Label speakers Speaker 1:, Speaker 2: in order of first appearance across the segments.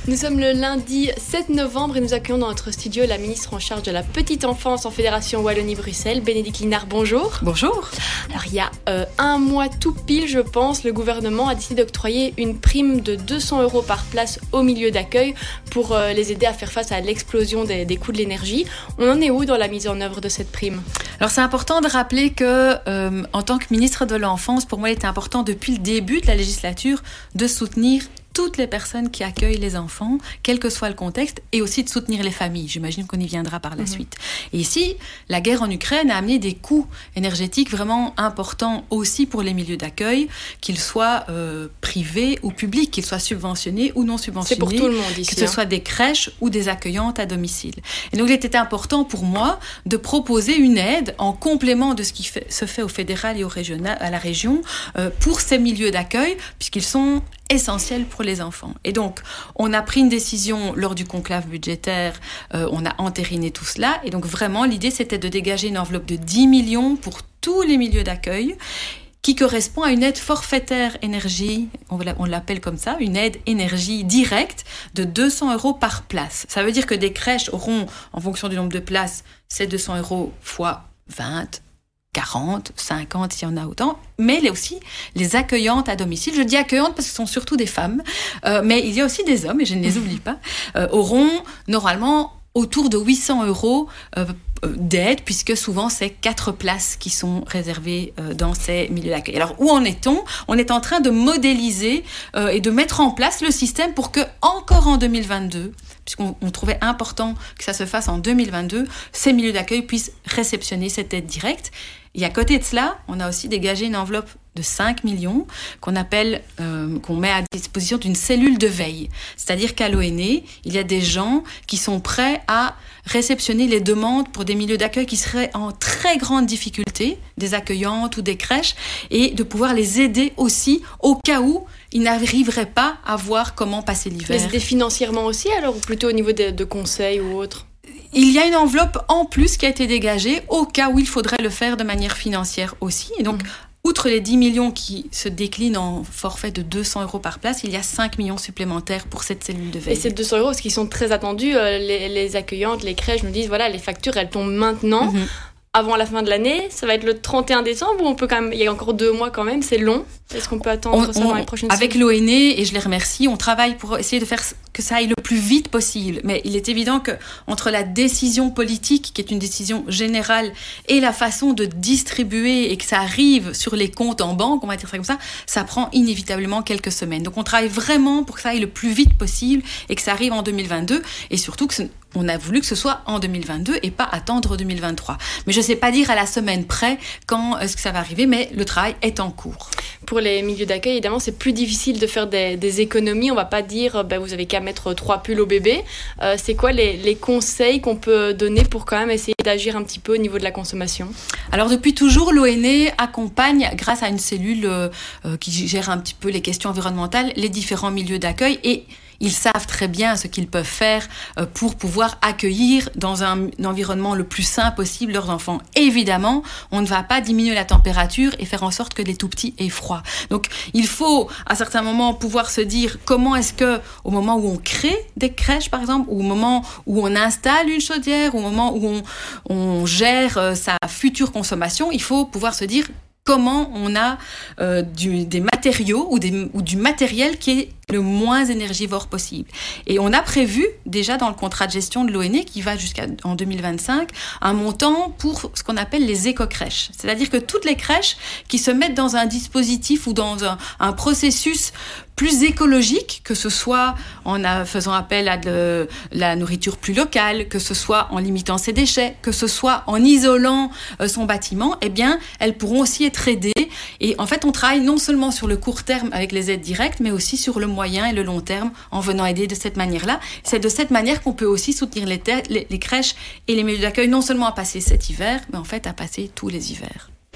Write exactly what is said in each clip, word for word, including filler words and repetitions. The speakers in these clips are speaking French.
Speaker 1: Nous sommes le lundi sept novembre et nous accueillons dans notre studio la ministre en charge de la petite enfance en Fédération Wallonie-Bruxelles, Bénédicte Linnart, bonjour.
Speaker 2: Bonjour.
Speaker 1: Alors il y a euh, un mois tout pile, je pense, le gouvernement a décidé d'octroyer une prime de deux cents euros par place au milieu d'accueil pour euh, les aider à faire face à l'explosion des, des coûts de l'énergie. On en est où dans la mise en œuvre de cette prime ?
Speaker 2: Alors c'est important de rappeler que euh, en tant que ministre de l'Enfance, pour moi il était important depuis le début de la législature de soutenir toutes les personnes qui accueillent les enfants, quel que soit le contexte, et aussi de soutenir les familles. J'imagine qu'on y viendra par la mmh. suite. Et ici, la guerre en Ukraine a amené des coûts énergétiques vraiment importants aussi pour les milieux d'accueil, qu'ils soient euh, privés ou publics, qu'ils soient subventionnés ou non subventionnés.
Speaker 1: C'est pour tout le monde ici.
Speaker 2: Que ce
Speaker 1: hein.
Speaker 2: soit des crèches ou des accueillantes à domicile. Et donc, il était important pour moi de proposer une aide en complément de ce qui fait, se fait au fédéral et au régional, à la région euh, pour ces milieux d'accueil, puisqu'ils sont essentiel pour les enfants. Et donc, on a pris une décision lors du conclave budgétaire, euh, on a entériné tout cela, et donc vraiment, l'idée, c'était de dégager une enveloppe de dix millions pour tous les milieux d'accueil, qui correspond à une aide forfaitaire énergie, on l'appelle comme ça, une aide énergie directe de deux cents euros par place. Ça veut dire que des crèches auront, en fonction du nombre de places, ces deux cents euros fois vingt, quarante, cinquante, s'il y en a autant, mais il y a aussi les accueillantes à domicile. Je dis accueillantes parce que ce sont surtout des femmes, euh, mais il y a aussi des hommes, et je ne les oublie pas, euh, auront normalement autour de huit cents euros euh, d'aide, puisque souvent c'est quatre places qui sont réservées euh, dans ces milieux d'accueil. Alors où en est-on ? On est en train de modéliser euh, et de mettre en place le système pour que, encore en deux mille vingt-deux, puisqu'on on trouvait important que ça se fasse en deux mille vingt-deux, ces milieux d'accueil puissent réceptionner cette aide directe. Et à côté de cela, on a aussi dégagé une enveloppe de cinq millions qu'on appelle, euh, qu'on met à disposition d'une cellule de veille. C'est-à-dire qu'à l'O N E, il y a des gens qui sont prêts à réceptionner les demandes pour des milieux d'accueil qui seraient en très grande difficulté, des accueillantes ou des crèches, et de pouvoir les aider aussi au cas où ils n'arriveraient pas à voir comment passer l'hiver.
Speaker 1: Les aider financièrement aussi, alors, ou plutôt au niveau de, de conseils ou autre ?
Speaker 2: Il y a une enveloppe en plus qui a été dégagée au cas où il faudrait le faire de manière financière aussi. Et donc, mmh. outre les dix millions qui se déclinent en forfait de deux cents euros par place, il y a cinq millions supplémentaires pour cette cellule de veille.
Speaker 1: Et ces deux cents euros, parce qu'ils sont très attendus, euh, les, les accueillantes, les crèches nous disent, voilà, les factures, elles tombent maintenant. Mmh. Avant la fin de l'année, ça va être le trente et un décembre, ou on peut quand même, il y a encore deux mois quand même, c'est long. Est-ce qu'on peut attendre on, ça dans les prochaines
Speaker 2: Avec
Speaker 1: semaines ?
Speaker 2: Avec l'O N E, et je les remercie, on travaille pour essayer de faire que ça aille le plus vite possible. Mais il est évident que entre la décision politique, qui est une décision générale, et la façon de distribuer et que ça arrive sur les comptes en banque, on va dire ça comme ça, ça prend inévitablement quelques semaines. Donc on travaille vraiment pour que ça aille le plus vite possible et que ça arrive en deux mille vingt-deux, et surtout que ce, on a voulu que ce soit en deux mille vingt-deux et pas attendre deux mille vingt-trois. Mais je ne sais pas dire à la semaine près quand est-ce que ça va arriver, mais le travail est en cours.
Speaker 1: Pour les milieux d'accueil, évidemment, c'est plus difficile de faire des, des économies. On ne va pas dire ben, vous avez qu'à mettre trois pulls au bébé. Euh, c'est quoi les, les conseils qu'on peut donner pour quand même essayer d'agir un petit peu au niveau de la consommation ? Alors
Speaker 2: depuis toujours, l'O N E accompagne, grâce à une cellule euh, qui gère un petit peu les questions environnementales, les différents milieux d'accueil, et ils savent très bien ce qu'ils peuvent faire pour pouvoir accueillir dans un, un environnement le plus sain possible leurs enfants. Évidemment, on ne va pas diminuer la température et faire en sorte que les tout-petits aient froid. Donc, il faut à certains moments pouvoir se dire comment est-ce que, au moment où on crée des crèches, par exemple, ou au moment où on installe une chaudière, ou au moment où on, on gère sa future consommation, il faut pouvoir se dire comment on a euh, du, des matériaux ou, des, ou du matériel qui est le moins énergivore possible. Et on a prévu déjà dans le contrat de gestion de l'O N E qui va jusqu'en deux mille vingt-cinq un montant pour ce qu'on appelle les éco-crèches. C'est-à-dire que toutes les crèches qui se mettent dans un dispositif ou dans un, un processus plus écologique, que ce soit en a, faisant appel à de la nourriture plus locale, que ce soit en limitant ses déchets, que ce soit en isolant euh, son bâtiment, eh bien, elles pourront aussi être aidées. Et en fait, on travaille non seulement sur le court terme avec les aides directes, mais aussi sur le moyen et le long terme en venant aider de cette manière-là. C'est de cette manière qu'on peut aussi soutenir les, ter- les, les crèches et les milieux d'accueil, non seulement à passer cet hiver, mais en fait à passer tous les hivers.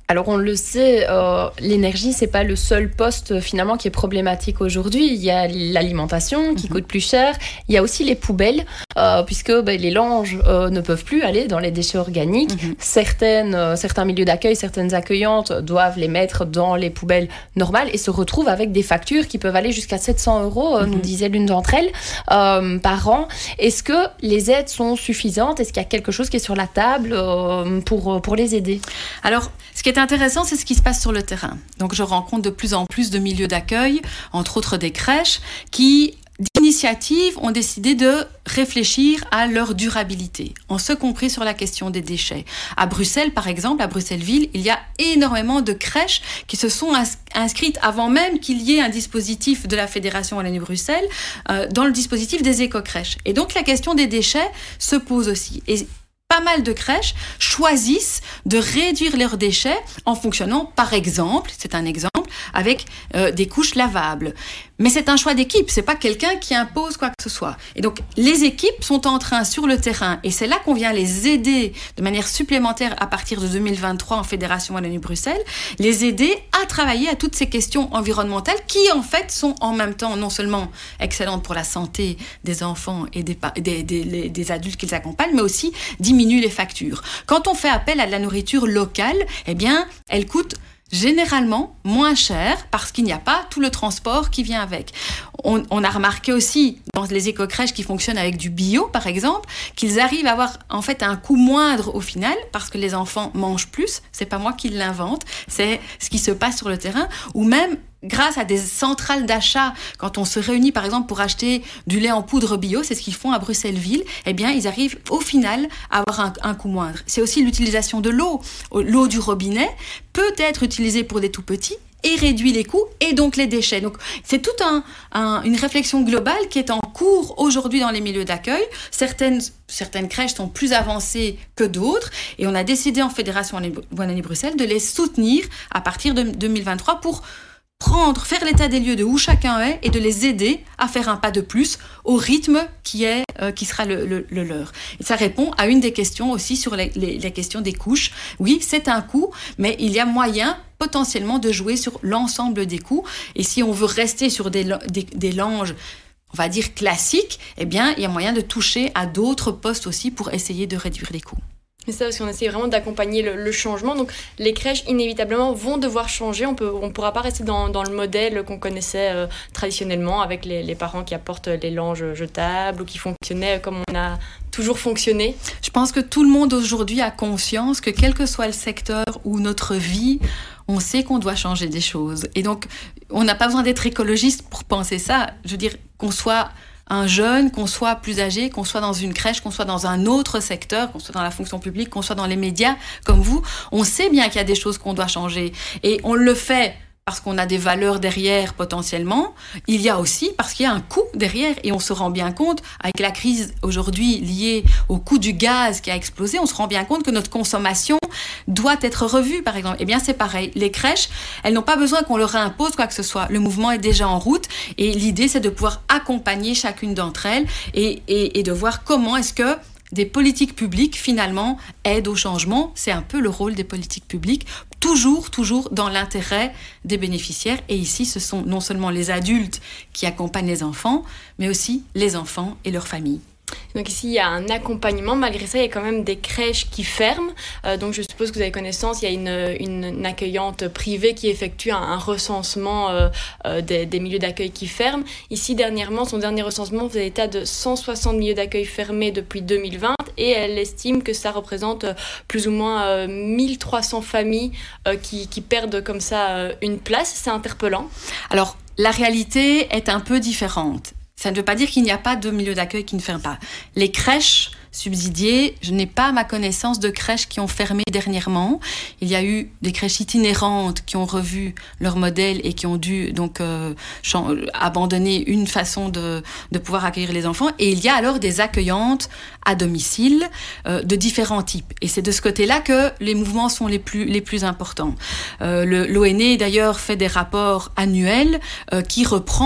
Speaker 3: Alors on le sait, euh, l'énergie c'est pas le seul poste finalement qui est problématique aujourd'hui. Il y a l'alimentation qui mmh. coûte plus cher. Il y a aussi les poubelles euh, puisque ben, les langes euh, ne peuvent plus aller dans les déchets organiques. Mmh. Certaines, euh, certains milieux d'accueil, certaines accueillantes doivent les mettre dans les poubelles normales et se retrouvent avec des factures qui peuvent aller jusqu'à sept cents euros, euh, mmh. nous disait l'une d'entre elles, euh, par an. Est-ce que les aides sont suffisantes? Est-ce qu'il y a quelque chose qui est sur la table euh, pour, pour les aider?
Speaker 2: Alors, ce qui est intéressant, c'est ce qui se passe sur le terrain. Donc, je rencontre de plus en plus de milieux d'accueil, entre autres des crèches, qui, d'initiative, ont décidé de réfléchir à leur durabilité, en ce compris sur la question des déchets. À Bruxelles, par exemple, à Bruxelles-Ville, il y a énormément de crèches qui se sont ins- inscrites avant même qu'il y ait un dispositif de la Fédération Wallonie-Bruxelles euh, dans le dispositif des éco-crèches. Et donc, la question des déchets se pose aussi. Et pas mal de crèches choisissent de réduire leurs déchets en fonctionnant, par exemple, c'est un exemple, avec euh, des couches lavables. Mais c'est un choix d'équipe, c'est pas quelqu'un qui impose quoi que ce soit. Et donc, les équipes sont en train, sur le terrain, et c'est là qu'on vient les aider de manière supplémentaire à partir de deux mille vingt-trois en Fédération Wallonie-Bruxelles, les aider à travailler à toutes ces questions environnementales qui, en fait, sont en même temps non seulement excellentes pour la santé des enfants et des, des, des, des adultes qu'ils accompagnent, mais aussi diminuent les factures. Quand on fait appel à de la nourriture locale, eh bien, elle coûte généralement moins cher parce qu'il n'y a pas tout le transport qui vient avec. On, on a remarqué aussi dans les éco-crèches qui fonctionnent avec du bio, par exemple, qu'ils arrivent à avoir en fait un coût moindre au final parce que les enfants mangent plus. C'est pas moi qui l'invente, c'est ce qui se passe sur le terrain. Ou même grâce à des centrales d'achat, quand on se réunit par exemple pour acheter du lait en poudre bio, c'est ce qu'ils font à Bruxelles-Ville, eh bien ils arrivent au final à avoir un, un coût moindre. C'est aussi l'utilisation de l'eau. L'eau du robinet peut être utilisée pour des tout petits et réduit les coûts et donc les déchets. Donc c'est toute un, un, une réflexion globale qui est en cours aujourd'hui dans les milieux d'accueil. Certaines, certaines crèches sont plus avancées que d'autres et on a décidé en Fédération Wallonie-Bruxelles de les soutenir à partir de deux mille vingt-trois pour prendre, faire l'état des lieux de où chacun est et de les aider à faire un pas de plus au rythme qui, est, euh, qui sera le, le, le leur. Et ça répond à une des questions aussi sur les, les, les questions des couches. Oui, c'est un coût, mais il y a moyen potentiellement de jouer sur l'ensemble des coûts. Et si on veut rester sur des, des, des langes, on va dire classiques, eh bien, il y a moyen de toucher à d'autres postes aussi pour essayer de réduire les coûts.
Speaker 1: Mais ça, parce qu'on essaie vraiment d'accompagner le, le changement. Donc, les crèches, inévitablement, vont devoir changer. On ne on pourra pas rester dans, dans le modèle qu'on connaissait euh, traditionnellement, avec les, les parents qui apportent les langes jetables ou qui fonctionnaient comme on a toujours fonctionné.
Speaker 2: Je pense que tout le monde aujourd'hui a conscience que quel que soit le secteur ou notre vie, on sait qu'on doit changer des choses. Et donc, on n'a pas besoin d'être écologiste pour penser ça. Je veux dire, qu'on soit un jeune, qu'on soit plus âgé, qu'on soit dans une crèche, qu'on soit dans un autre secteur, qu'on soit dans la fonction publique, qu'on soit dans les médias, comme vous, on sait bien qu'il y a des choses qu'on doit changer. Et on le fait parce qu'on a des valeurs derrière potentiellement. Il y a aussi parce qu'il y a un coût derrière et on se rend bien compte, avec la crise aujourd'hui liée au coût du gaz qui a explosé, on se rend bien compte que notre consommation doit être revue, par exemple. Eh bien, c'est pareil. Les crèches, elles n'ont pas besoin qu'on leur impose quoi que ce soit. Le mouvement est déjà en route et l'idée, c'est de pouvoir accompagner chacune d'entre elles et, et, et de voir comment est-ce que des politiques publiques, finalement, aident au changement. C'est un peu le rôle des politiques publiques, toujours, toujours dans l'intérêt des bénéficiaires. Et ici, ce sont non seulement les adultes qui accompagnent les enfants, mais aussi les enfants et leurs familles.
Speaker 1: Donc ici, il y a un accompagnement. Malgré ça, il y a quand même des crèches qui ferment. Euh, donc je suppose que vous avez connaissance, il y a une, une, une accueillante privée qui effectue un, un recensement euh, euh, des, des milieux d'accueil qui ferment. Ici, dernièrement, son dernier recensement faisait état de cent soixante milieux d'accueil fermés depuis deux mille vingt et elle estime que ça représente plus ou moins euh, mille trois cents familles euh, qui, qui perdent comme ça euh, une place. C'est interpellant.
Speaker 2: Alors, la réalité est un peu différente. Ça ne veut pas dire qu'il n'y a pas de milieu d'accueil qui ne ferment pas. Les crèches subsidiées, je n'ai pas à ma connaissance de crèches qui ont fermé dernièrement. Il y a eu des crèches itinérantes qui ont revu leur modèle et qui ont dû donc euh, ch- abandonner une façon de, de pouvoir accueillir les enfants. Et il y a alors des accueillantes à domicile euh, de différents types. Et c'est de ce côté-là que les mouvements sont les plus, les plus importants. Euh, le, l'O N E, d'ailleurs, fait des rapports annuels euh, qui reprend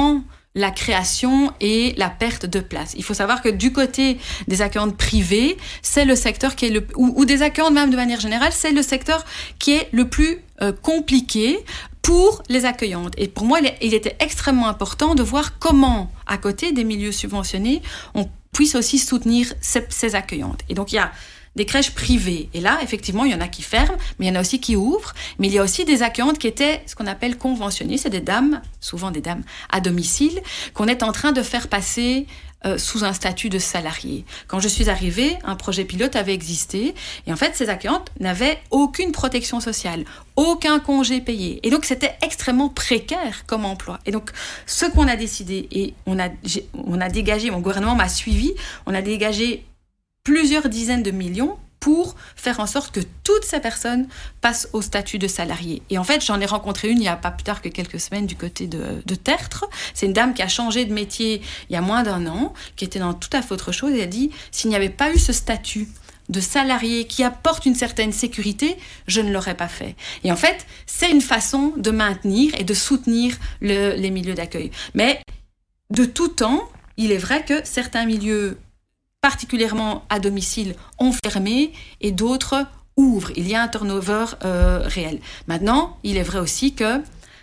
Speaker 2: la création et la perte de place. Il faut savoir que du côté des accueillantes privées, c'est le secteur qui est le, ou, ou des accueillantes même de manière générale, c'est le secteur qui est le plus euh, compliqué pour les accueillantes. Et pour moi, il était extrêmement important de voir comment, à côté des milieux subventionnés, on puisse aussi soutenir ces, ces accueillantes. Et donc, il y a des crèches privées. Et là, effectivement, il y en a qui ferment, mais il y en a aussi qui ouvrent. Mais il y a aussi des accueillantes qui étaient ce qu'on appelle conventionnées. C'est des dames, souvent des dames à domicile, qu'on est en train de faire passer euh, sous un statut de salarié. Quand je suis arrivée, un projet pilote avait existé. Et en fait, ces accueillantes n'avaient aucune protection sociale, aucun congé payé. Et donc, c'était extrêmement précaire comme emploi. Et donc, ce qu'on a décidé, et on a, on a dégagé, mon gouvernement m'a suivi, on a dégagé plusieurs dizaines de millions pour faire en sorte que toutes ces personnes passent au statut de salarié. Et en fait, j'en ai rencontré une il n'y a pas plus tard que quelques semaines du côté de, de Tertre. C'est une dame qui a changé de métier il y a moins d'un an, qui était dans tout à fait autre chose. Et elle a dit, s'il n'y avait pas eu ce statut de salarié qui apporte une certaine sécurité, je ne l'aurais pas fait. Et en fait, c'est une façon de maintenir et de soutenir le, les milieux d'accueil. Mais de tout temps, il est vrai que certains milieux particulièrement à domicile, ont fermé et d'autres ouvrent. Il y a un turnover euh, réel. Maintenant, il est vrai aussi que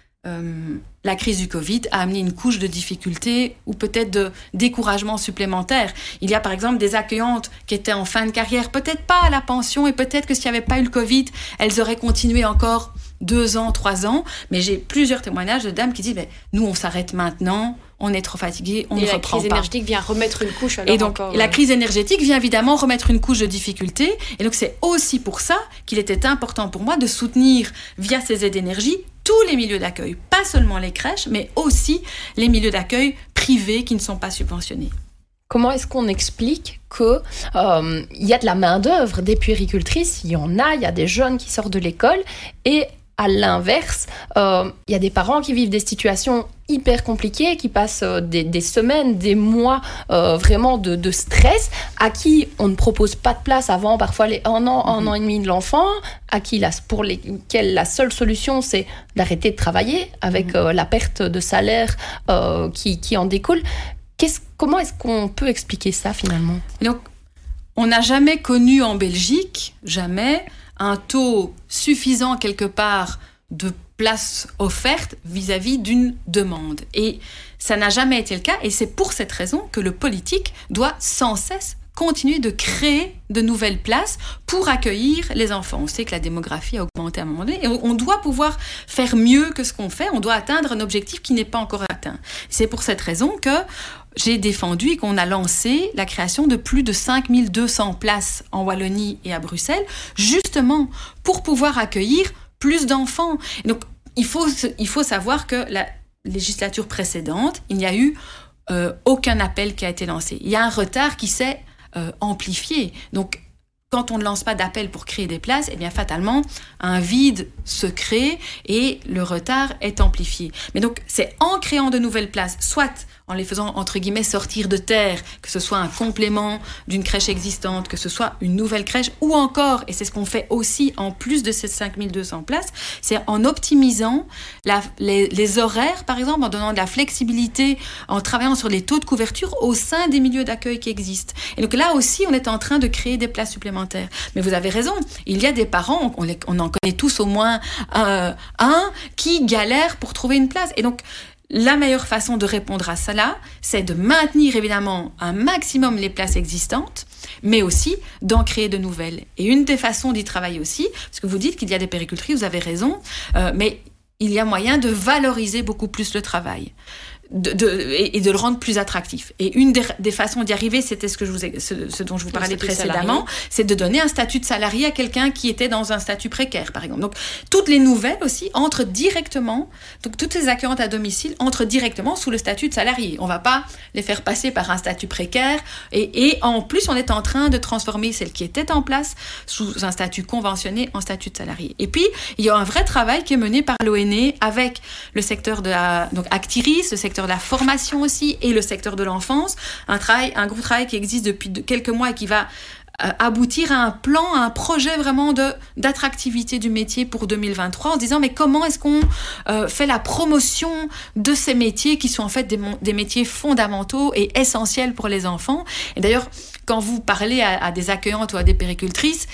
Speaker 2: euh, la crise du Covid a amené une couche de difficultés ou peut-être de découragement supplémentaire. Il y a par exemple des accueillantes qui étaient en fin de carrière, peut-être pas à la pension et peut-être que s'il n'y avait pas eu le Covid, elles auraient continué encore deux ans, trois ans. Mais j'ai plusieurs témoignages de dames qui disent ben, « nous, on s'arrête maintenant ». On est trop fatigué, on
Speaker 1: et
Speaker 2: ne
Speaker 1: reprend
Speaker 2: reprend pas.
Speaker 1: Et la crise énergétique vient remettre une couche. Alors
Speaker 2: et donc,
Speaker 1: encore,
Speaker 2: la
Speaker 1: ouais.
Speaker 2: crise énergétique vient évidemment remettre une couche de difficulté. Et donc, c'est aussi pour ça qu'il était important pour moi de soutenir, via ces aides d'énergie, tous les milieux d'accueil. Pas seulement les crèches, mais aussi les milieux d'accueil privés qui ne sont pas subventionnés.
Speaker 3: Comment est-ce qu'on explique qu'il euh, y a de la main-d'œuvre, des puéricultrices, il y en a, il y a des jeunes qui sortent de l'école et à l'inverse, il euh, y a des parents qui vivent des situations hyper compliquées, qui passent euh, des, des semaines, des mois euh, vraiment de, de stress, à qui on ne propose pas de place avant parfois les un an, un mmh. an et demi de l'enfant, à qui la, pour lesquels la seule solution c'est d'arrêter de travailler avec mmh. euh, la perte de salaire euh, qui, qui en découle. Qu'est-ce, comment est-ce qu'on peut expliquer ça finalement ?
Speaker 2: Donc, on n'a jamais connu en Belgique, jamais, un taux suffisant quelque part de places offertes vis-à-vis d'une demande. Et ça n'a jamais été le cas, et c'est pour cette raison que le politique doit sans cesse continuer de créer de nouvelles places pour accueillir les enfants. On sait que la démographie a augmenté à un moment donné, et on doit pouvoir faire mieux que ce qu'on fait, on doit atteindre un objectif qui n'est pas encore atteint. C'est pour cette raison que j'ai défendu et qu'on a lancé la création de plus de cinq mille deux cents places en Wallonie et à Bruxelles, justement pour pouvoir accueillir plus d'enfants. Et donc, il faut, il faut savoir que la législature précédente, il n'y a eu euh, aucun appel qui a été lancé. Il y a un retard qui s'est euh, amplifié. Donc, quand on ne lance pas d'appel pour créer des places, eh bien, fatalement, un vide se crée et le retard est amplifié. Mais donc, c'est en créant de nouvelles places, soit en les faisant, entre guillemets, sortir de terre, que ce soit un complément d'une crèche existante, que ce soit une nouvelle crèche, ou encore, et c'est ce qu'on fait aussi en plus de ces cinq mille deux cents places, c'est en optimisant la, les, les horaires, par exemple, en donnant de la flexibilité, en travaillant sur les taux de couverture au sein des milieux d'accueil qui existent. Et donc là aussi, on est en train de créer des places supplémentaires. Mais vous avez raison, il y a des parents, on, les, on en connaît tous au moins euh, un, qui galèrent pour trouver une place. Et donc, la meilleure façon de répondre à cela, c'est de maintenir évidemment un maximum les places existantes, mais aussi d'en créer de nouvelles. Et une des façons d'y travailler aussi, parce que vous dites qu'il y a des puéricultrices, vous avez raison, euh, mais il y a moyen de valoriser beaucoup plus le travail. De, de, et, et de le rendre plus attractif. Et une des, des façons d'y arriver, c'était ce, que je vous ai, ce, ce dont je vous parlais précédemment, c'est de donner un statut de salarié à quelqu'un qui était dans un statut précaire, par exemple. Donc, toutes les nouvelles aussi entrent directement, donc toutes les accueillantes à domicile entrent directement sous le statut de salarié. On ne va pas les faire passer par un statut précaire. Et, et en plus, on est en train de transformer celles qui étaient en place sous un statut conventionné en statut de salarié. Et puis, il y a un vrai travail qui est mené par l'O N E avec le secteur de la, donc Actiris, le secteur de la formation aussi et le secteur de l'enfance, un travail, un gros travail qui existe depuis quelques mois et qui va euh, aboutir à un plan, à un projet vraiment de, d'attractivité du métier pour deux mille vingt-trois en se disant mais comment est-ce qu'on euh, fait la promotion de ces métiers qui sont en fait des, des métiers fondamentaux et essentiels pour les enfants. Et d'ailleurs, quand vous parlez à, à des accueillantes ou à des péricultrices,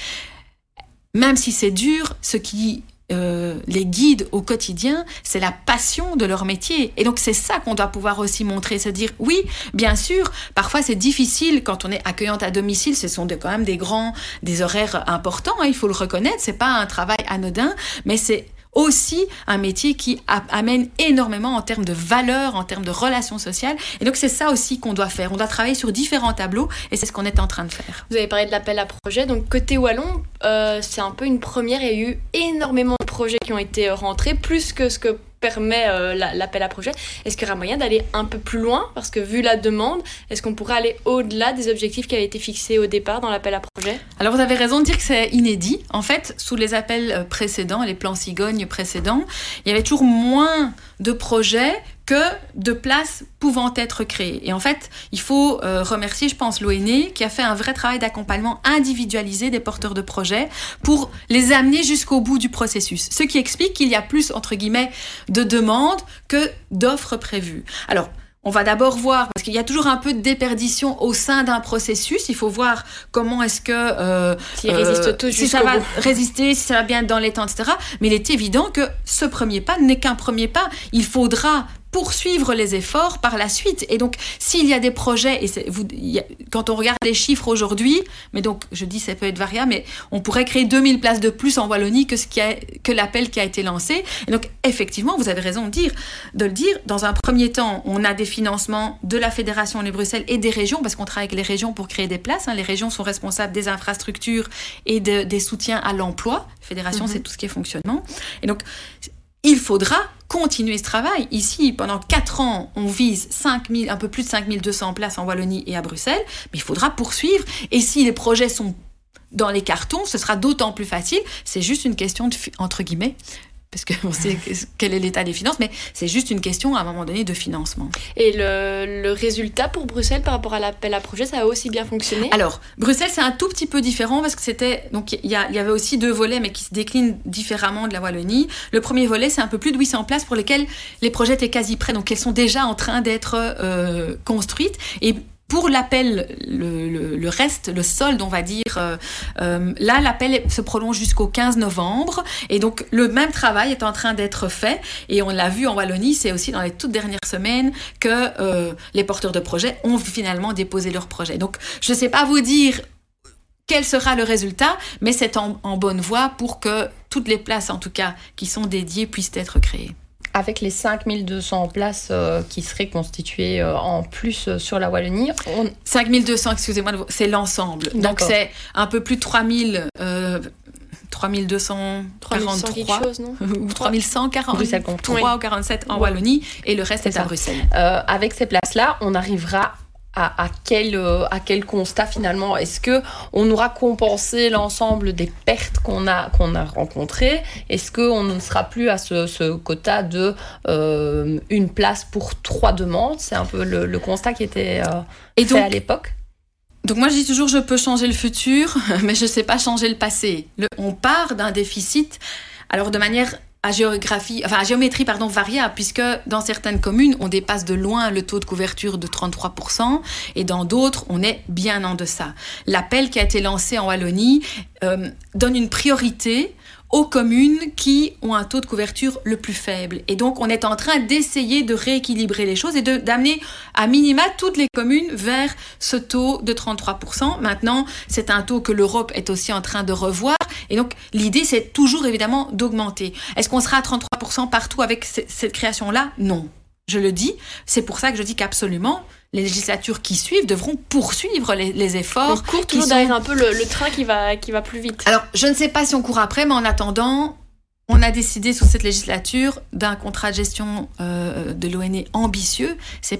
Speaker 2: même si c'est dur, ce qui euh, les guide au quotidien, c'est la passion de leur métier. Et donc, c'est ça qu'on doit pouvoir aussi montrer. C'est dire, oui, bien sûr, parfois c'est difficile quand on est accueillante à domicile. Ce sont de, quand même des grands, des horaires importants, hein, il faut le reconnaître. C'est pas un travail anodin, mais c'est aussi un métier qui a, amène énormément en termes de valeur, en termes de relations sociales. Et donc, c'est ça aussi qu'on doit faire. On doit travailler sur différents tableaux et c'est ce qu'on est en train de faire.
Speaker 1: Vous avez parlé de l'appel à projet. Donc, côté Wallon, euh, c'est un peu une première. Il y a eu énormément de projets qui ont été rentrés, plus que ce que permet euh, la, l'appel à projet. Est-ce qu'il y aura moyen d'aller un peu plus loin? Parce que vu la demande, est-ce qu'on pourrait aller au-delà des objectifs qui avaient été fixés au départ dans l'appel à projet?
Speaker 2: Alors vous avez raison de dire que c'est inédit. En fait, sous les appels précédents, les plans cigognes précédents, il y avait toujours moins de projets que de places pouvant être créées. Et en fait, il faut euh, remercier, je pense, l'O N E qui a fait un vrai travail d'accompagnement individualisé des porteurs de projets pour les amener jusqu'au bout du processus. Ce qui explique qu'il y a plus, entre guillemets, de demandes que d'offres prévues. Alors, on va d'abord voir, parce qu'il y a toujours un peu de déperdition au sein d'un processus. Il faut voir comment est-ce que... Euh,
Speaker 1: S'il euh, résiste tout
Speaker 2: si ça va bout. résister, si ça va bien être dans les temps, et cetera. Mais il est évident que ce premier pas n'est qu'un premier pas. Il faudra poursuivre les efforts par la suite. Et donc, s'il y a des projets, et c'est, vous, y a, quand on regarde les chiffres aujourd'hui, mais donc, je dis ça peut être variable, mais on pourrait créer deux mille places de plus en Wallonie que, ce qui a, que l'appel qui a été lancé. Et donc, effectivement, vous avez raison de, dire, de le dire. Dans un premier temps, on a des financements de la Fédération Wallonie-Bruxelles et des régions, parce qu'on travaille avec les régions pour créer des places. Hein. Les régions sont responsables des infrastructures et de, des soutiens à l'emploi. La Fédération, mm-hmm. c'est tout ce qui est fonctionnement. Et donc, il faudra continuer ce travail. Ici, pendant quatre ans, on vise cinq mille, un peu plus de cinq mille deux cents places en Wallonie et à Bruxelles, mais il faudra poursuivre. Et si les projets sont dans les cartons, ce sera d'autant plus facile. C'est juste une question de, entre guillemets, parce qu'on sait quel est l'état des finances, mais c'est juste une question, à un moment donné, de financement.
Speaker 1: Et le, le résultat pour Bruxelles par rapport à l'appel à projet, ça a aussi bien fonctionné?
Speaker 2: Alors, Bruxelles, c'est un tout petit peu différent, parce que c'était... Donc, il y, y avait aussi deux volets, mais qui se déclinent différemment de la Wallonie. Le premier volet, c'est un peu plus de huit cents places pour lesquelles les projets étaient quasi prêts, donc elles sont déjà en train d'être euh, construites. Et pour l'appel, le, le, le reste, le solde, on va dire, euh, euh, là, l'appel se prolonge jusqu'au quinze novembre. Et donc, le même travail est en train d'être fait. Et on l'a vu en Wallonie, c'est aussi dans les toutes dernières semaines que euh, les porteurs de projets ont finalement déposé leur projet. Donc, je ne sais pas vous dire quel sera le résultat, mais c'est en, en bonne voie pour que toutes les places, en tout cas, qui sont dédiées, puissent être créées.
Speaker 3: Avec les cinq mille deux cents places euh, qui seraient constituées euh, en plus euh, sur la Wallonie, on...
Speaker 2: cinq mille deux cents, excusez-moi, c'est l'ensemble. D'accord. Donc c'est un peu plus de trois mille, euh, trois mille deux cent quarante-trois
Speaker 1: chose, non
Speaker 2: ou trois mille cent quarante-trois ou quarante-sept en Wallonie, et le reste c'est est à Bruxelles.
Speaker 3: Euh, avec ces places-là, on arrivera À, à, quel, euh, à quel constat finalement? Est-ce qu'on aura compensé l'ensemble des pertes qu'on a, qu'on a rencontrées? Est-ce qu'on ne sera plus à ce, ce quota de euh, une place pour trois demandes? C'est un peu le, le constat qui était euh,
Speaker 2: Et
Speaker 3: fait
Speaker 2: donc,
Speaker 3: à l'époque.
Speaker 2: Donc moi je dis toujours je peux changer le futur, mais je ne sais pas changer le passé. Le, on part d'un déficit, alors de manière... à géographie, enfin à géométrie pardon, variable, puisque dans certaines communes, on dépasse de loin le taux de couverture de trente-trois pour cent et dans d'autres, on est bien en deçà. L'appel qui a été lancé en Wallonie euh, donne une priorité aux communes qui ont un taux de couverture le plus faible. Et donc, on est en train d'essayer de rééquilibrer les choses et de, d'amener à minima toutes les communes vers ce taux de trente-trois pour cent. Maintenant, c'est un taux que l'Europe est aussi en train de revoir. Et donc, l'idée, c'est toujours évidemment d'augmenter. Est-ce qu'on sera à trente-trois pour cent partout avec c- cette création-là? Non. Je le dis. C'est pour ça que je dis qu'absolument, les législatures qui suivent devront poursuivre les, les efforts.
Speaker 1: On court toujours sont... derrière un peu le, le train qui va, qui va plus vite.
Speaker 2: Alors, je ne sais pas si on court après, mais en attendant, on a décidé sous cette législature d'un contrat de gestion euh, de l'O N E ambitieux. C'est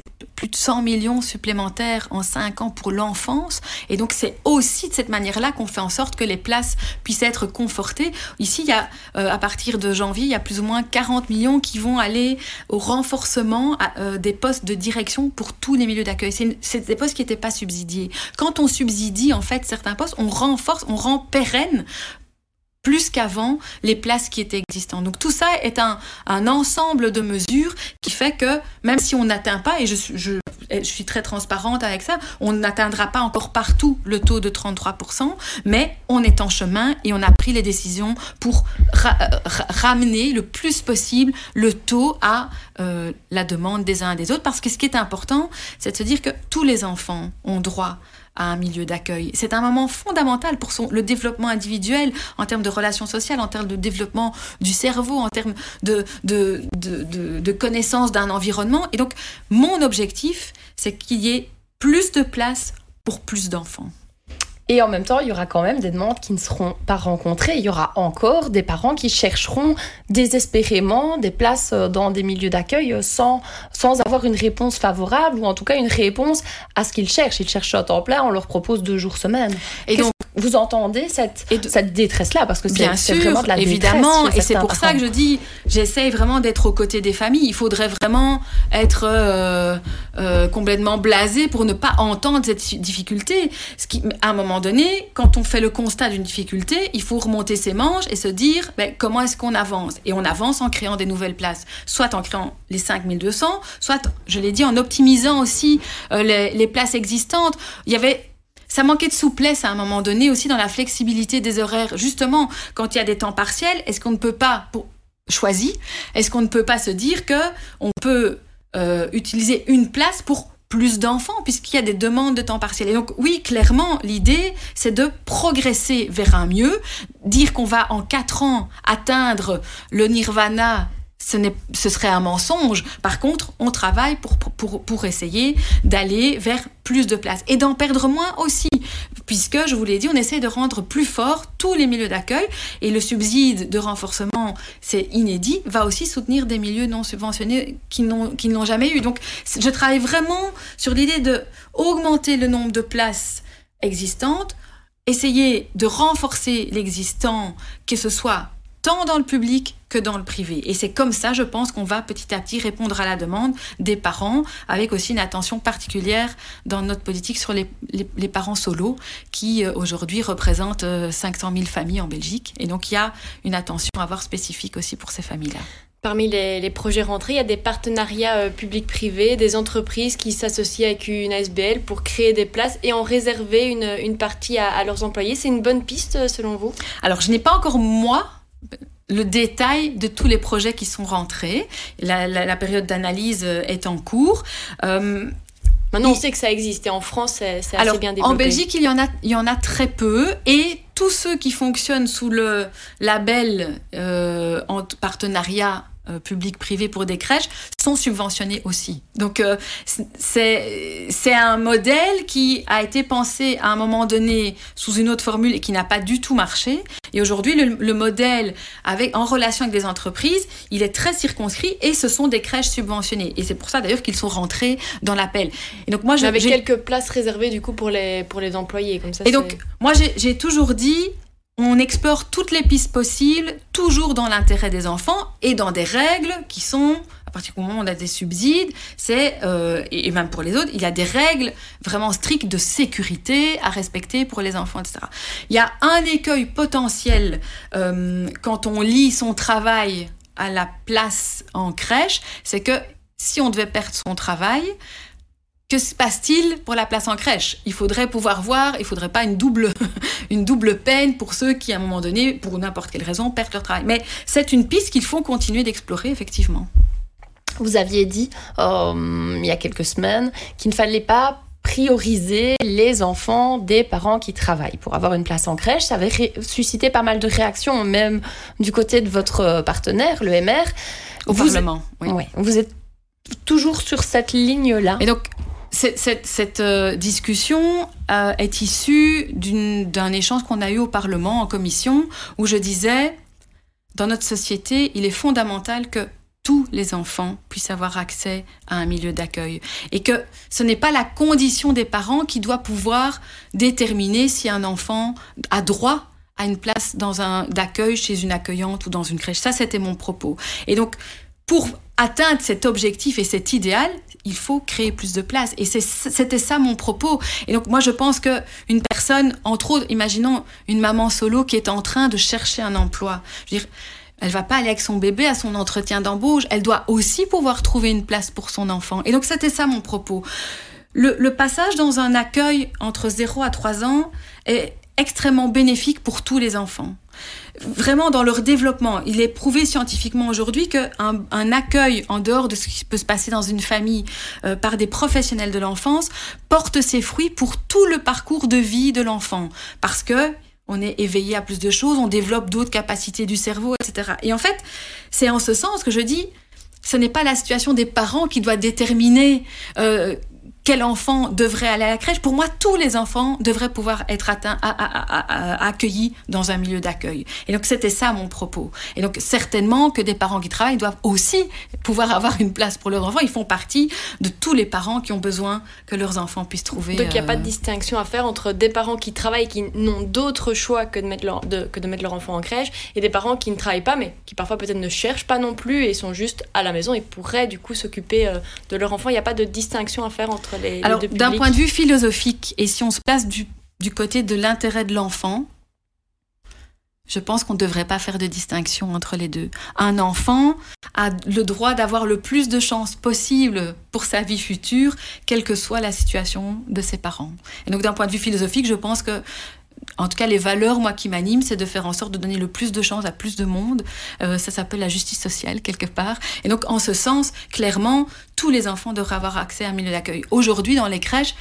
Speaker 2: plus de cent millions supplémentaires en cinq ans pour l'enfance. Et donc, c'est aussi de cette manière-là qu'on fait en sorte que les places puissent être confortées. Ici, il y a, euh, à partir de janvier, il y a plus ou moins quarante millions qui vont aller au renforcement euh, des postes de direction pour tous les milieux d'accueil. C'est, une, c'est des postes qui n'étaient pas subsidiés. Quand on subsidie, en fait, certains postes, on renforce, on rend pérenne plus qu'avant les places qui étaient existantes. Donc tout ça est un, un ensemble de mesures qui fait que même si on n'atteint pas, et je, je, je suis très transparente avec ça, on n'atteindra pas encore partout le taux de trente-trois pour cent, mais on est en chemin et on a pris les décisions pour ra- ra- ramener le plus possible le taux à euh, la demande des uns et des autres, parce que ce qui est important, c'est de se dire que tous les enfants ont droit à un milieu d'accueil. C'est un moment fondamental pour son, le développement individuel, en termes de relations sociales, en termes de développement du cerveau, en termes de, de, de, de, de connaissance d'un environnement. Et donc, mon objectif, c'est qu'il y ait plus de place pour plus d'enfants.
Speaker 3: Et en même temps, il y aura quand même des demandes qui ne seront pas rencontrées. Il y aura encore des parents qui chercheront désespérément des places dans des milieux d'accueil sans, sans avoir une réponse favorable, ou en tout cas une réponse à ce qu'ils cherchent. Ils cherchent à temps plein, on leur propose deux jours semaine. Et Qu'est-ce donc, vous entendez cette, de, cette détresse-là, parce que c'est,
Speaker 2: bien
Speaker 3: c'est
Speaker 2: sûr,
Speaker 3: vraiment de la
Speaker 2: évidemment,
Speaker 3: détresse.
Speaker 2: Et c'est pour parents. ça que je dis, j'essaye vraiment d'être aux côtés des familles. Il faudrait vraiment être euh, euh, complètement blasé pour ne pas entendre cette difficulté. Ce qui, à un moment donné, quand on fait le constat d'une difficulté, il faut remonter ses manches et se dire ben, comment est-ce qu'on avance. Et on avance en créant des nouvelles places, soit en créant les cinq mille deux cents, soit, je l'ai dit, en optimisant aussi euh, les, les places existantes. Il y avait... Ça manquait de souplesse à un moment donné aussi dans la flexibilité des horaires. Justement, quand il y a des temps partiels, est-ce qu'on ne peut pas, pour choisir, est-ce qu'on ne peut pas se dire qu'on peut euh, utiliser une place pour plus d'enfants, puisqu'il y a des demandes de temps partiel. Et donc, oui, clairement, l'idée, c'est de progresser vers un mieux, dire qu'on va en quatre ans atteindre le nirvana. Ce, n'est, ce serait un mensonge. Par contre, on travaille pour, pour, pour essayer d'aller vers plus de places et d'en perdre moins aussi, puisque, je vous l'ai dit, on essaie de rendre plus forts tous les milieux d'accueil, et le subside de renforcement, c'est inédit, va aussi soutenir des milieux non subventionnés qui, n'ont, qui ne l'ont jamais eu. Donc, je travaille vraiment sur l'idée d'augmenter le nombre de places existantes, essayer de renforcer l'existant, que ce soit tant dans le public que dans le privé. Et c'est comme ça, je pense, qu'on va petit à petit répondre à la demande des parents, avec aussi une attention particulière dans notre politique sur les, les, les parents solos, qui euh, aujourd'hui représentent euh, cinq cent mille familles en Belgique. Et donc, il y a une attention à avoir spécifique aussi pour ces familles-là.
Speaker 1: Parmi les, les projets rentrés, il y a des partenariats euh, publics-privés, des entreprises qui s'associent avec une A S B L pour créer des places et en réserver une, une partie à, à leurs employés. C'est une bonne piste, selon vous ?
Speaker 2: Alors, je n'ai pas encore, moi, le détail de tous les projets qui sont rentrés. La, la, la période d'analyse est en cours. Euh,
Speaker 1: Maintenant, on sait que ça existe et en France, c'est, c'est
Speaker 2: alors,
Speaker 1: assez bien développé.
Speaker 2: En Belgique, il y en a, il y en a très peu, et tous ceux qui fonctionnent sous le label euh, en partenariat euh, public-privé pour des crèches sont subventionnés aussi. Donc, euh, c'est, c'est un modèle qui a été pensé à un moment donné sous une autre formule et qui n'a pas du tout marché. Et aujourd'hui, le, le modèle avec, en relation avec des entreprises, il est très circonscrit, et ce sont des crèches subventionnées. Et c'est pour ça d'ailleurs qu'ils sont rentrés dans l'appel. Et donc moi, je,
Speaker 1: avec
Speaker 2: j'ai...
Speaker 1: quelques places réservées du coup pour les pour les employés, comme ça.
Speaker 2: Et c'est... donc moi, j'ai, j'ai toujours dit, on explore toutes les pistes possibles, toujours dans l'intérêt des enfants et dans des règles qui sont, à partir du moment où on a des subsides, c'est, euh, et même pour les autres, il y a des règles vraiment strictes de sécurité à respecter pour les enfants, et cetera. Il y a un écueil potentiel euh, quand on lie son travail à la place en crèche, c'est que si on devait perdre son travail, que se passe-t-il pour la place en crèche ? Il faudrait pouvoir voir, il ne faudrait pas une double, une double peine pour ceux qui, à un moment donné, pour n'importe quelle raison, perdent leur travail. Mais c'est une piste qu'il faut continuer d'explorer, effectivement.
Speaker 3: Vous aviez dit, euh, il y a quelques semaines, qu'il ne fallait pas prioriser les enfants des parents qui travaillent pour avoir une place en crèche. Ça avait ré- suscité pas mal de réactions, même du côté de votre partenaire, le M R.
Speaker 2: Au
Speaker 3: vous
Speaker 2: Parlement,
Speaker 3: êtes,
Speaker 2: oui.
Speaker 3: Ouais, vous êtes toujours sur cette ligne-là.
Speaker 2: Et donc, Cette, cette, cette euh, discussion euh, est issue d'une, d'un échange qu'on a eu au Parlement, en commission, où je disais, dans notre société, il est fondamental que tous les enfants puissent avoir accès à un milieu d'accueil. Et que ce n'est pas la condition des parents qui doit pouvoir déterminer si un enfant a droit à une place dans un d'accueil chez une accueillante ou dans une crèche. Ça, c'était mon propos. Et donc, pour atteindre cet objectif et cet idéal, il faut créer plus de places. Et c'est, c'était ça mon propos. Et donc, moi, je pense qu'une personne, entre autres, imaginons une maman solo qui est en train de chercher un emploi. Je veux dire, elle va pas aller avec son bébé à son entretien d'embauche. Elle doit aussi pouvoir trouver une place pour son enfant. Et donc, c'était ça mon propos. Le, le passage dans un accueil entre zéro à trois ans est extrêmement bénéfique pour tous les enfants. Vraiment, dans leur développement, il est prouvé scientifiquement aujourd'hui qu'un un accueil en dehors de ce qui peut se passer dans une famille euh, par des professionnels de l'enfance porte ses fruits pour tout le parcours de vie de l'enfant. Parce que on est éveillé à plus de choses, on développe d'autres capacités du cerveau, et cetera. Et en fait, c'est en ce sens que je dis, ce n'est pas la situation des parents qui doit déterminer euh, quel enfant devrait aller à la crèche. Pour moi, tous les enfants devraient pouvoir être atteints, à, à, à, à, accueillis dans un milieu d'accueil. Et donc, c'était ça mon propos. Et donc, certainement que des parents qui travaillent doivent aussi pouvoir avoir une place pour leurs enfants. Ils font partie de tous les parents qui ont besoin que leurs enfants puissent trouver...
Speaker 1: Donc, il n'y a
Speaker 2: euh...
Speaker 1: pas de distinction à faire entre des parents qui travaillent, qui n'ont d'autre choix que de, mettre leur, de, que de mettre leur enfant en crèche, et des parents qui ne travaillent pas, mais qui parfois peut-être ne cherchent pas non plus et sont juste à la maison et pourraient du coup s'occuper euh, de leur enfant. Il n'y a pas de distinction à faire entre les,
Speaker 2: Alors,
Speaker 1: les deux publics.
Speaker 2: D'un point de vue philosophique, et si on se place du, du côté de l'intérêt de l'enfant, je pense qu'on ne devrait pas faire de distinction entre les deux. Un enfant a le droit d'avoir le plus de chances possible pour sa vie future, quelle que soit la situation de ses parents. Et donc, d'un point de vue philosophique, je pense que en tout cas, les valeurs, moi, qui m'animent, c'est de faire en sorte de donner le plus de chances à plus de monde. Euh, ça s'appelle la justice sociale, quelque part. Et donc, en ce sens, clairement, tous les enfants devraient avoir accès à un milieu d'accueil. Aujourd'hui, dans les crèches,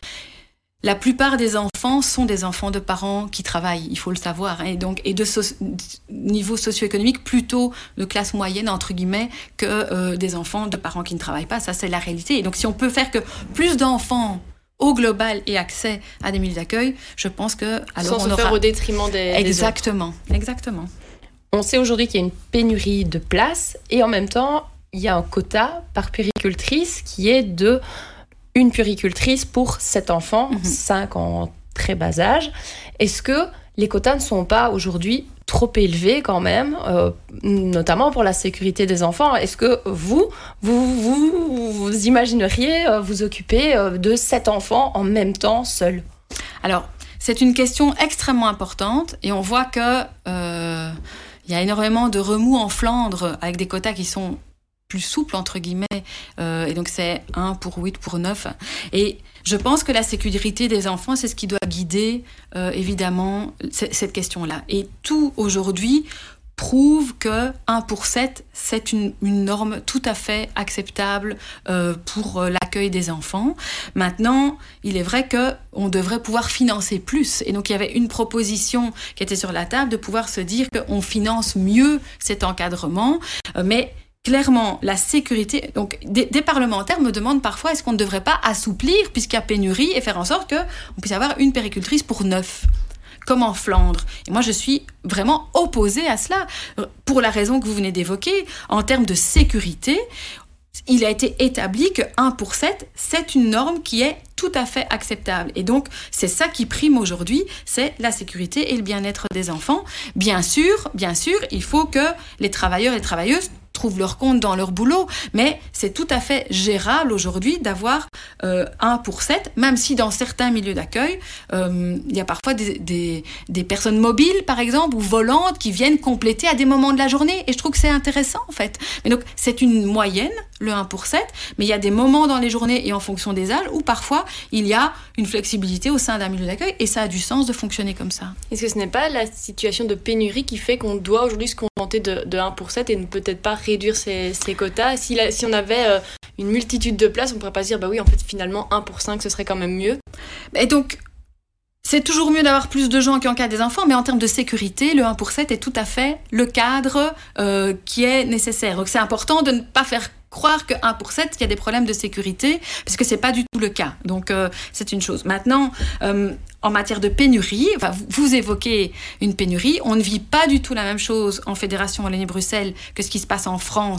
Speaker 2: la plupart des enfants sont des enfants de parents qui travaillent, il faut le savoir. Hein, et donc, et de so- niveau socio-économique, plutôt de classe moyenne, entre guillemets, que euh, des enfants de parents qui ne travaillent pas. Ça, c'est la réalité. Et donc, si on peut faire que plus d'enfants au global et accès à des milieux d'accueil, je pense que alors
Speaker 1: sans
Speaker 2: on
Speaker 1: se
Speaker 2: aura...
Speaker 1: faire au détriment des
Speaker 2: exactement,
Speaker 1: des
Speaker 2: exactement.
Speaker 3: On sait aujourd'hui qu'il y a une pénurie de places et en même temps, il y a un quota par puéricultrice qui est de une puéricultrice pour sept enfants, mm-hmm. cinq en très bas âge. Est-ce que les quotas ne sont pas aujourd'hui trop élevés quand même, euh, notamment pour la sécurité des enfants? Est-ce que vous, vous, vous, vous imagineriez euh, vous occuper euh, de sept enfants en même temps, seul?
Speaker 2: Alors, c'est une question extrêmement importante et on voit que euh, il y a énormément de remous en Flandre avec des quotas qui sont plus souples, entre guillemets, euh, et donc c'est un pour huit pour neuf. Et je pense que la sécurité des enfants, c'est ce qui doit guider, euh, évidemment, c- cette question-là. Et tout, aujourd'hui, prouve que un pour sept, c'est une, une norme tout à fait acceptable euh, pour l'accueil des enfants. Maintenant, il est vrai qu'on devrait pouvoir financer plus. Et donc, il y avait une proposition qui était sur la table de pouvoir se dire qu'on finance mieux cet encadrement, euh, mais clairement, la sécurité... Donc, des, des parlementaires me demandent parfois est-ce qu'on ne devrait pas assouplir, puisqu'il y a pénurie, et faire en sorte qu'on puisse avoir une puéricultrice pour neuf, comme en Flandre. Et moi, je suis vraiment opposée à cela, pour la raison que vous venez d'évoquer. En termes de sécurité, il a été établi que un pour sept, c'est une norme qui est tout à fait acceptable. Et donc, c'est ça qui prime aujourd'hui, c'est la sécurité et le bien-être des enfants. Bien sûr, bien sûr, il faut que les travailleurs et les travailleuses trouvent leur compte dans leur boulot, mais c'est tout à fait gérable aujourd'hui d'avoir euh, un pour sept, même si dans certains milieux d'accueil, euh, il y a parfois des, des, des personnes mobiles, par exemple, ou volantes, qui viennent compléter à des moments de la journée, et je trouve que c'est intéressant, en fait. Mais donc, c'est une moyenne, le un pour sept, mais il y a des moments dans les journées et en fonction des âges où parfois, il y a une flexibilité au sein d'un milieu d'accueil, et ça a du sens de fonctionner comme ça.
Speaker 1: Est-ce que ce n'est pas la situation de pénurie qui fait qu'on doit aujourd'hui se contenter de, de un pour sept et ne peut-être pas réduire ces, ces quotas? Si, la, si on avait euh, une multitude de places, on ne pourrait pas se dire bah oui, en fait, finalement, un pour cinq, ce serait quand même mieux.
Speaker 2: Et donc, c'est toujours mieux d'avoir plus de gens qui encadrent des enfants, mais en termes de sécurité, le un pour sept est tout à fait le cadre euh, qui est nécessaire. Donc, c'est important de ne pas faire croire que un pour sept, il y a des problèmes de sécurité, parce que c'est pas du tout le cas. Donc, euh, c'est une chose. Maintenant, euh, en matière de pénurie, enfin, vous, vous évoquez une pénurie, on ne vit pas du tout la même chose en Fédération Wallonie-Bruxelles que ce qui se passe en France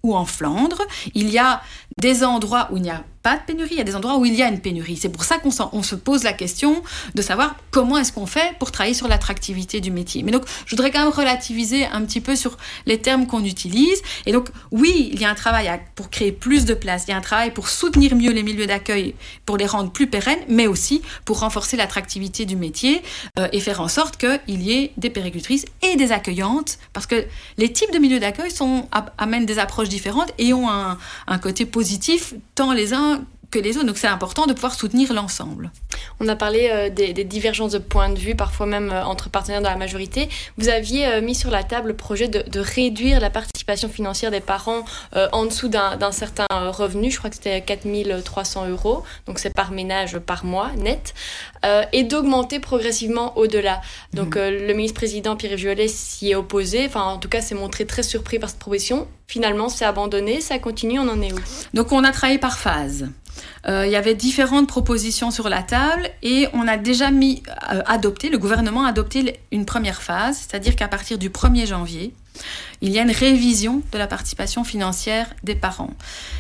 Speaker 2: ou en Flandre. Il y a des endroits où il n'y a pas de pénurie, il y a des endroits où il y a une pénurie. C'est pour ça qu'on on se pose la question de savoir comment est-ce qu'on fait pour travailler sur l'attractivité du métier. Mais donc, je voudrais quand même relativiser un petit peu sur les termes qu'on utilise. Et donc, oui, il y a un travail à, pour créer plus de places, il y a un travail pour soutenir mieux les milieux d'accueil, pour les rendre plus pérennes, mais aussi pour renforcer l'attractivité du métier euh, et faire en sorte qu'il y ait des puéricultrices et des accueillantes, parce que les types de milieux d'accueil sont, amènent des approches différentes et ont un, un côté positif, tant les uns que les autres. Donc c'est important de pouvoir soutenir l'ensemble.
Speaker 1: On a parlé euh, des, des divergences de points de vue, parfois même euh, entre partenaires dans la majorité. Vous aviez euh, mis sur la table le projet de, de réduire la participation financière des parents euh, en dessous d'un, d'un certain revenu. Je crois que c'était quatre mille trois cents euros, donc c'est par ménage par mois net, euh, et d'augmenter progressivement au-delà. Donc mmh. euh, le ministre-président Pierre-Yves Violet s'y est opposé, enfin en tout cas s'est montré très surpris par cette proposition. Finalement, c'est abandonné, ça continue, on en est où?
Speaker 2: Donc on a travaillé par phase. Euh, il y avait différentes propositions sur la table et on a déjà mis, euh, adopté, le gouvernement a adopté une première phase, c'est-à-dire qu'à partir du premier janvier, il y a une révision de la participation financière des parents.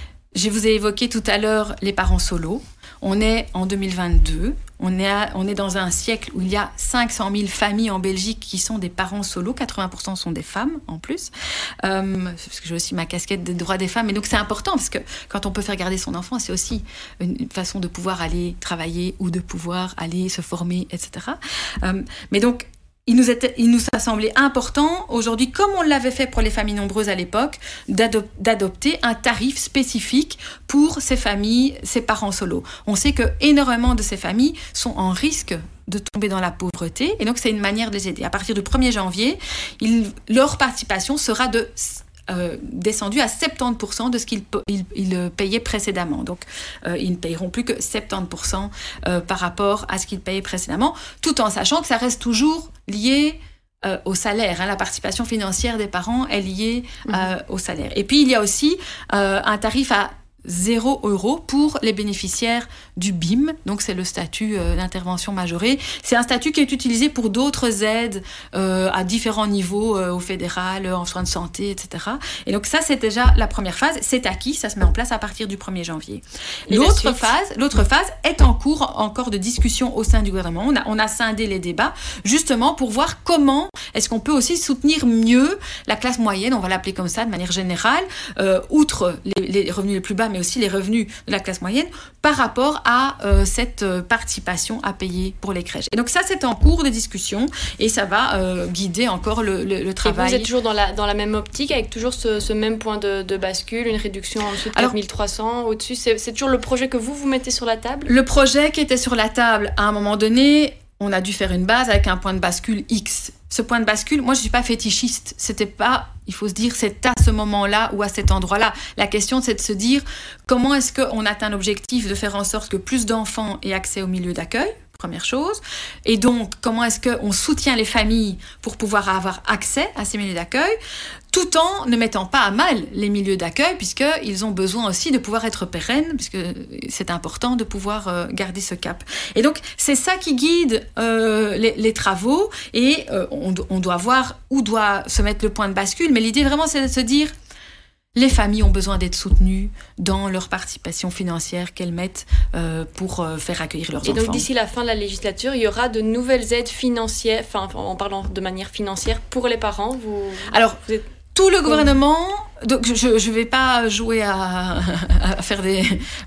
Speaker 2: Je vous ai évoqué tout à l'heure les parents solos. On est en deux mille vingt-deux, on est, à, on est dans un siècle où il y a cinq cent mille familles en Belgique qui sont des parents solos, quatre-vingts pour cent sont des femmes en plus, euh, parce que j'ai aussi ma casquette des droits des femmes, et donc c'est important parce que quand on peut faire garder son enfant, c'est aussi une façon de pouvoir aller travailler ou de pouvoir aller se former, et cetera. Euh, mais donc, Il nous, était, il nous a semblé important aujourd'hui, comme on l'avait fait pour les familles nombreuses à l'époque, d'adop- d'adopter un tarif spécifique pour ces familles, ces parents solos. On sait qu'énormément de ces familles sont en risque de tomber dans la pauvreté, et donc c'est une manière de les aider. À partir du premier janvier, il, leur participation sera de... Euh, descendu à soixante-dix pour cent de ce qu'ils ils, ils payaient précédemment. Donc, euh, ils ne payeront plus que soixante-dix pour cent euh, par rapport à ce qu'ils payaient précédemment, tout en sachant que ça reste toujours lié euh, au salaire. Hein. La participation financière des parents est liée euh, mmh. au salaire. Et puis, il y a aussi euh, un tarif à zéro euro pour les bénéficiaires du B I M, donc c'est le statut euh, d'intervention majorée. C'est un statut qui est utilisé pour d'autres aides euh, à différents niveaux, euh, au fédéral, en soins de santé, et cetera. Et donc ça, c'est déjà la première phase. C'est acquis, ça se met en place à partir du premier janvier. L'autre phase, l'autre phase est en cours encore de discussion au sein du gouvernement. On a, on a scindé les débats justement pour voir comment est-ce qu'on peut aussi soutenir mieux la classe moyenne, on va l'appeler comme ça de manière générale, euh, outre les, les revenus les plus bas, mais aussi les revenus de la classe moyenne, par rapport à euh, cette euh, participation à payer pour les crèches. Et donc ça, c'est en cours de discussion et ça va euh, guider encore le, le, le travail.
Speaker 1: Et vous êtes toujours dans la, dans la même optique, avec toujours ce, ce même point de, de bascule, une réduction en dessous de quatre mille trois cents, au-dessus, c'est, c'est toujours le projet que vous, vous mettez sur la table?
Speaker 2: Le projet qui était sur la table, à un moment donné, on a dû faire une base avec un point de bascule X. Ce point de bascule, moi je suis pas fétichiste, c'était pas, il faut se dire c'est à ce moment-là ou à cet endroit-là. La question c'est de se dire comment est-ce qu'on atteint l'objectif de faire en sorte que plus d'enfants aient accès au milieu d'accueil, première chose, et donc comment est-ce qu'on soutient les familles pour pouvoir avoir accès à ces milieux d'accueil, tout en ne mettant pas à mal les milieux d'accueil, puisqu'ils ont besoin aussi de pouvoir être pérennes, puisque c'est important de pouvoir euh, garder ce cap. Et donc, c'est ça qui guide euh, les, les travaux, et euh, on, on doit voir où doit se mettre le point de bascule, mais l'idée vraiment, c'est de se dire, les familles ont besoin d'être soutenues dans leur participation financière qu'elles mettent euh, pour euh, faire accueillir leurs
Speaker 1: et
Speaker 2: enfants.
Speaker 1: Et donc, d'ici la fin de la législature, il y aura de nouvelles aides financières, enfin, en parlant de manière financière, pour les parents. Vous,
Speaker 2: Alors,
Speaker 1: vous êtes...
Speaker 2: tout le gouvernement, donc je ne vais pas jouer à, à faire des,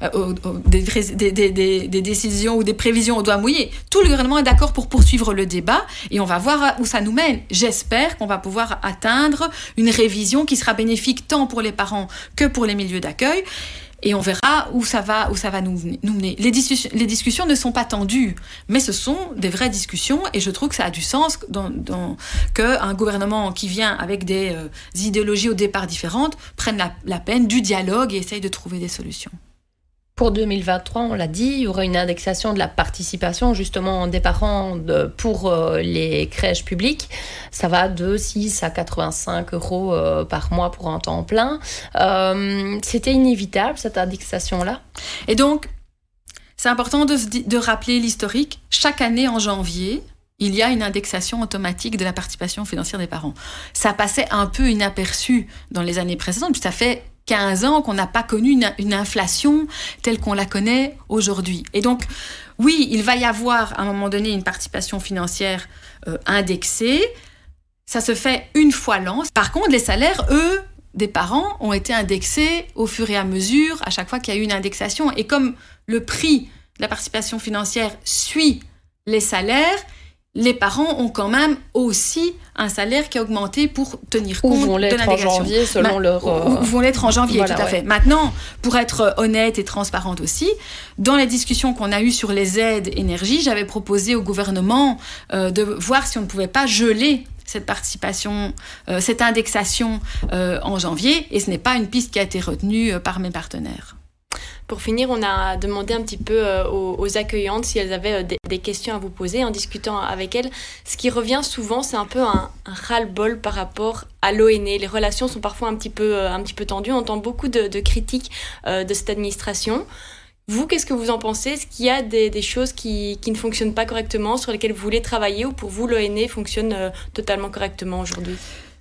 Speaker 2: des, des, des, des décisions ou des prévisions au doigt mouillé. Tout le gouvernement est d'accord pour poursuivre le débat et on va voir où ça nous mène. J'espère qu'on va pouvoir atteindre une révision qui sera bénéfique tant pour les parents que pour les milieux d'accueil. Et on verra où ça va, où ça va nous, nous mener. Les discussions, les discussions ne sont pas tendues, mais ce sont des vraies discussions. Et je trouve que ça a du sens dans, dans, qu'un gouvernement qui vient avec des euh, idéologies au départ différentes prenne la, la peine du dialogue et essaye de trouver des solutions.
Speaker 3: Pour deux mille vingt-trois, on l'a dit, il y aura une indexation de la participation justement des parents de, pour euh, les crèches publiques. Ça va de six à quatre-vingt-cinq euros euh, par mois pour un temps plein. Euh, c'était inévitable, cette indexation-là.
Speaker 2: Et donc, c'est important de, de rappeler l'historique. Chaque année en janvier, il y a une indexation automatique de la participation financière des parents. Ça passait un peu inaperçu dans les années précédentes, puis ça fait quinze ans qu'on n'a pas connu une, une inflation telle qu'on la connaît aujourd'hui. Et donc, oui, il va y avoir à un moment donné une participation financière euh, indexée. Ça se fait une fois l'an. Par contre, les salaires, eux, des parents, ont été indexés au fur et à mesure, à chaque fois qu'il y a eu une indexation. Et comme le prix de la participation financière suit les salaires, les parents ont quand même aussi un salaire qui a augmenté pour tenir compte de l'indexation. Ou vont l'être en janvier
Speaker 3: selon Ma- leur... Euh...
Speaker 2: Ou vont l'être en janvier,
Speaker 3: voilà,
Speaker 2: tout à
Speaker 3: ouais.
Speaker 2: fait. Maintenant, pour être honnête et transparente aussi, dans les discussions qu'on a eues sur les aides énergie, j'avais proposé au gouvernement euh, de voir si on ne pouvait pas geler cette participation, euh, cette indexation euh, en janvier, et ce n'est pas une piste qui a été retenue euh, par mes partenaires.
Speaker 1: Pour finir, on a demandé un petit peu euh, aux, aux accueillantes si elles avaient euh, des, des questions à vous poser. En discutant avec elles, ce qui revient souvent, c'est un peu un, un ras-le-bol par rapport à l'O N E. Les relations sont parfois un petit peu, euh, un petit peu tendues. On entend beaucoup de, de critiques euh, de cette administration. Vous, qu'est-ce que vous en pensez ? Est-ce qu'il y a des, des choses qui, qui ne fonctionnent pas correctement, sur lesquelles vous voulez travailler, ou pour vous, l'O N E fonctionne euh, totalement correctement aujourd'hui ?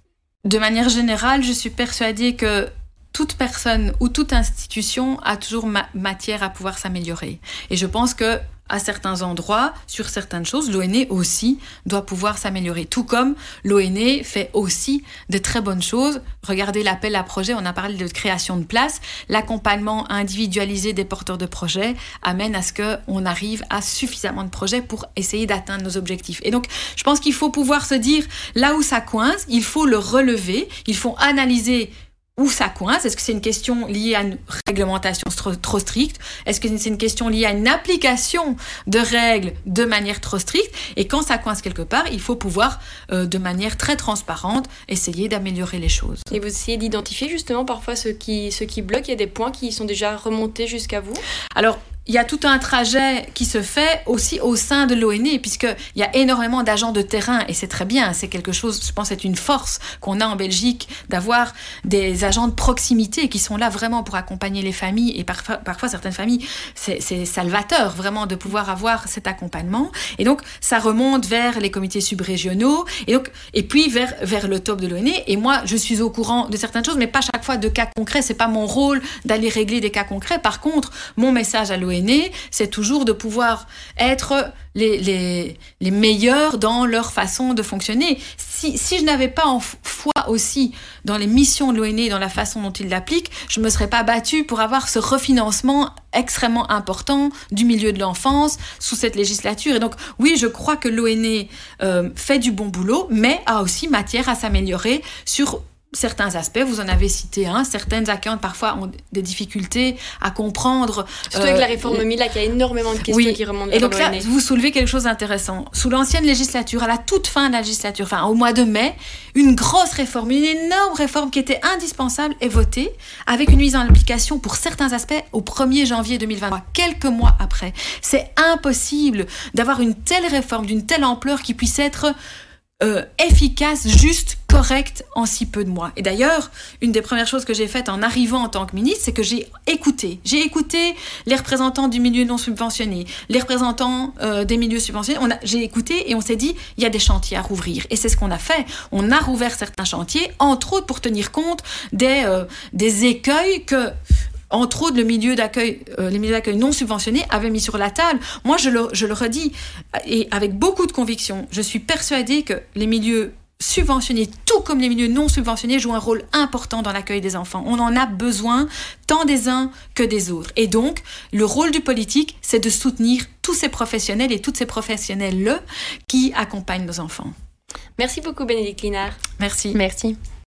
Speaker 2: De manière générale, je suis persuadée que toute personne ou toute institution a toujours ma- matière à pouvoir s'améliorer. Et je pense que à certains endroits, sur certaines choses, l'O N E aussi doit pouvoir s'améliorer. Tout comme l'O N E fait aussi de très bonnes choses. Regardez l'appel à projet, on a parlé de création de places. L'accompagnement individualisé des porteurs de projets amène à ce qu'on arrive à suffisamment de projets pour essayer d'atteindre nos objectifs. Et donc, je pense qu'il faut pouvoir se dire, là où ça coince, il faut le relever, il faut analyser où ça coince. Est-ce que c'est une question liée à une réglementation trop, trop stricte ? Est-ce que c'est une question liée à une application de règles de manière trop stricte ? Et quand ça coince quelque part, il faut pouvoir, euh, de manière très transparente, essayer d'améliorer les choses.
Speaker 1: Et vous essayez d'identifier justement parfois ce qui, ce qui bloque. Il y a des points qui sont déjà remontés jusqu'à vous ?
Speaker 2: Alors, il y a tout un trajet qui se fait aussi au sein de l'O N E, puisqu'il y a énormément d'agents de terrain, et c'est très bien, c'est quelque chose, je pense, c'est une force qu'on a en Belgique, d'avoir des agents de proximité qui sont là vraiment pour accompagner les familles, et parfois, parfois certaines familles, c'est, c'est salvateur vraiment de pouvoir avoir cet accompagnement. Et donc, ça remonte vers les comités subrégionaux, et, donc, et puis vers, vers le top de l'O N E. Et moi, je suis au courant de certaines choses, mais pas chaque fois de cas concrets, c'est pas mon rôle d'aller régler des cas concrets. Par contre, mon message à l'O N E, c'est toujours de pouvoir être les, les, les meilleurs dans leur façon de fonctionner. Si, si je n'avais pas en foi aussi dans les missions de l'O N E et dans la façon dont ils l'appliquent, je ne me serais pas battue pour avoir ce refinancement extrêmement important du milieu de l'enfance sous cette législature. Et donc, oui, je crois que l'O N E euh, fait du bon boulot, mais a aussi matière à s'améliorer sur certains aspects. Vous en avez cité un. Hein, certaines accueillantes parfois ont des difficultés à comprendre.
Speaker 1: Surtout euh, avec la réforme Mila, il y a énormément de questions oui. qui remontent
Speaker 2: et
Speaker 1: vers
Speaker 2: donc
Speaker 1: l'O N E.
Speaker 2: Là, vous soulevez quelque chose d'intéressant. Sous l'ancienne législature, à la toute fin de la législature, enfin au mois de mai, une grosse réforme, une énorme réforme qui était indispensable est votée, avec une mise en application pour certains aspects au premier janvier deux mille vingt-trois, quelques mois après. C'est impossible d'avoir une telle réforme d'une telle ampleur qui puisse être Euh, efficace, juste, correcte en si peu de mois. Et d'ailleurs, une des premières choses que j'ai faites en arrivant en tant que ministre, c'est que j'ai écouté. J'ai écouté les représentants du milieu non subventionné, les représentants euh, des milieux subventionnés. On a, j'ai écouté et on s'est dit, il y a des chantiers à rouvrir. Et c'est ce qu'on a fait. On a rouvert certains chantiers, entre autres pour tenir compte des, euh, des écueils que entre autres, le milieu d'accueil, euh, les milieux d'accueil non subventionnés avaient mis sur la table. Moi, je le, je le redis, et avec beaucoup de conviction, je suis persuadée que les milieux subventionnés, tout comme les milieux non subventionnés, jouent un rôle important dans l'accueil des enfants. On en a besoin, tant des uns que des autres. Et donc, le rôle du politique, c'est de soutenir tous ces professionnels et toutes ces professionnels-là qui accompagnent nos enfants.
Speaker 1: Merci beaucoup, Bénédicte Linard.
Speaker 2: Merci.
Speaker 3: Merci.